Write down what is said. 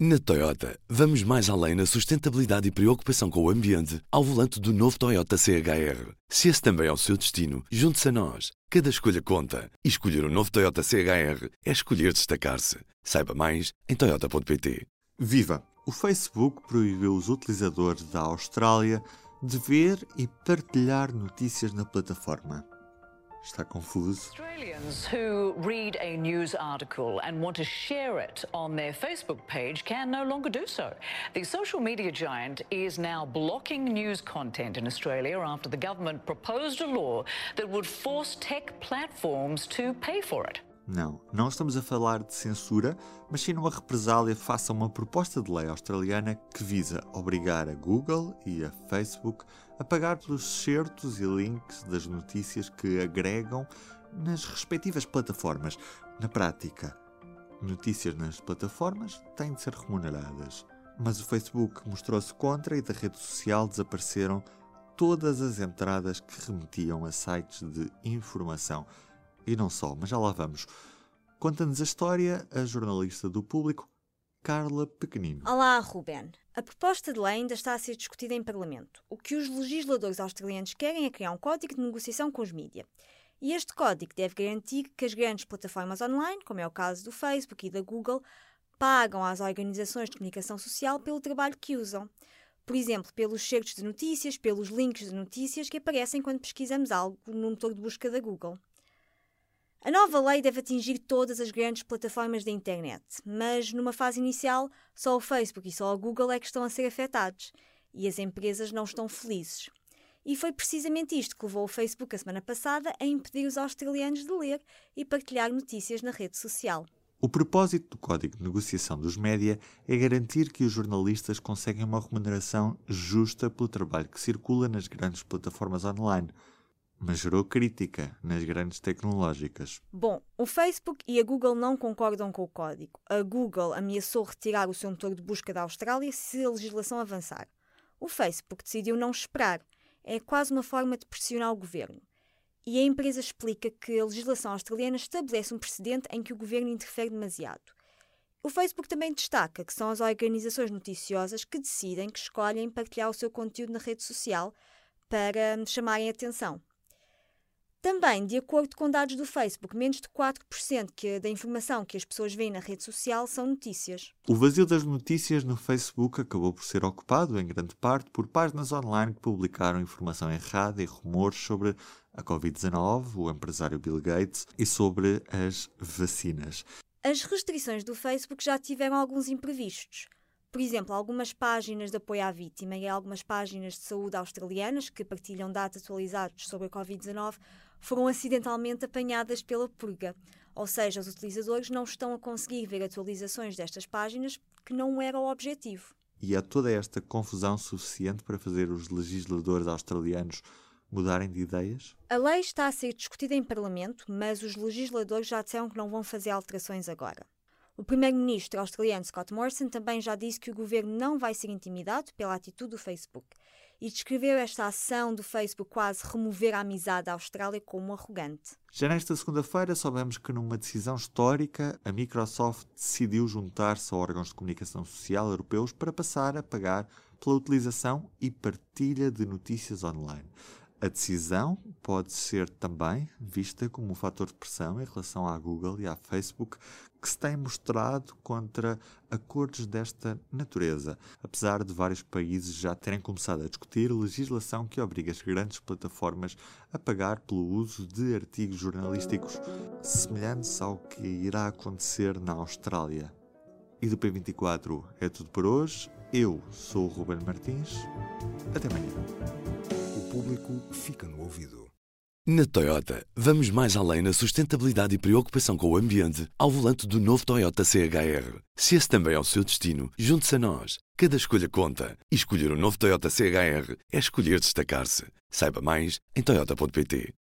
Na Toyota, vamos mais além na sustentabilidade e preocupação com o ambiente ao volante do novo Toyota CHR. Se esse também é o seu destino, junte-se a nós. Cada escolha conta. E escolher o novo Toyota CHR é escolher destacar-se. Saiba mais em toyota.pt. Viva! O Facebook proibiu os utilizadores da Austrália de ver e partilhar notícias na plataforma. Está confuso? Australians who read a news article and want to share it on their Facebook page can no longer do so. The social media giant is now blocking news content in Australia after the government proposed a law that would force tech platforms to pay for it. Não estamos a falar de censura, mas sim numa represália face a uma proposta de lei australiana que visa obrigar a Google e a Facebook a pagar pelos certos e links das notícias que agregam nas respectivas plataformas. Na prática, notícias nas plataformas têm de ser remuneradas. Mas o Facebook mostrou-se contra e da rede social desapareceram todas as entradas que remetiam a sites de informação. E não só, mas já lá vamos. Conta-nos a história a jornalista do Público, Carla Pequenino. Olá, Ruben. A proposta de lei ainda está a ser discutida em Parlamento. O que os legisladores australianos querem é criar um código de negociação com os mídia. E este código deve garantir que as grandes plataformas online, como é o caso do Facebook e da Google, pagam às organizações de comunicação social pelo trabalho que usam. Por exemplo, pelos certos de notícias, pelos links de notícias que aparecem quando pesquisamos algo no motor de busca da Google. A nova lei deve atingir todas as grandes plataformas da internet, mas numa fase inicial só o Facebook e só a Google é que estão a ser afetados e as empresas não estão felizes. E foi precisamente isto que levou o Facebook a semana passada a impedir os australianos de ler e partilhar notícias na rede social. O propósito do Código de Negociação dos Média é garantir que os jornalistas conseguem uma remuneração justa pelo trabalho que circula nas grandes plataformas online, mas gerou crítica nas grandes tecnológicas. Bom, o Facebook e a Google não concordam com o código. A Google ameaçou retirar o seu motor de busca da Austrália se a legislação avançar. O Facebook decidiu não esperar. É quase uma forma de pressionar o governo. E a empresa explica que a legislação australiana estabelece um precedente em que o governo interfere demasiado. O Facebook também destaca que são as organizações noticiosas que decidem, que escolhem partilhar o seu conteúdo na rede social para chamarem a atenção. Também, de acordo com dados do Facebook, menos de 4% da informação que as pessoas veem na rede social são notícias. O vazio das notícias no Facebook acabou por ser ocupado, em grande parte, por páginas online que publicaram informação errada e rumores sobre a Covid-19, o empresário Bill Gates e sobre as vacinas. As restrições do Facebook já tiveram alguns imprevistos. Por exemplo, algumas páginas de apoio à vítima e algumas páginas de saúde australianas que partilham dados atualizados sobre a Covid-19 foram acidentalmente apanhadas pela purga. Ou seja, os utilizadores não estão a conseguir ver atualizações destas páginas, que não era o objetivo. E é toda esta confusão suficiente para fazer os legisladores australianos mudarem de ideias? A lei está a ser discutida em Parlamento, mas os legisladores já disseram que não vão fazer alterações agora. O primeiro-ministro australiano Scott Morrison também já disse que o governo não vai ser intimidado pela atitude do Facebook e descreveu esta ação do Facebook quase remover a amizade da Austrália como arrogante. Já nesta segunda-feira soubemos que numa decisão histórica a Microsoft decidiu juntar-se a órgãos de comunicação social europeus para passar a pagar pela utilização e partilha de notícias online. A decisão pode ser também vista como um fator de pressão em relação à Google e à Facebook, que se têm mostrado contra acordos desta natureza, apesar de vários países já terem começado a discutir legislação que obriga as grandes plataformas a pagar pelo uso de artigos jornalísticos semelhantes ao que irá acontecer na Austrália. E do P24 é tudo por hoje. Eu sou o Ruben Martins. Até amanhã. O público fica no ouvido. Na Toyota, vamos mais além na sustentabilidade e preocupação com o ambiente ao volante do novo Toyota CHR. Se esse também é o seu destino, junte-se a nós. Cada escolha conta. E escolher o novo Toyota CHR é escolher destacar-se. Saiba mais em toyota.pt.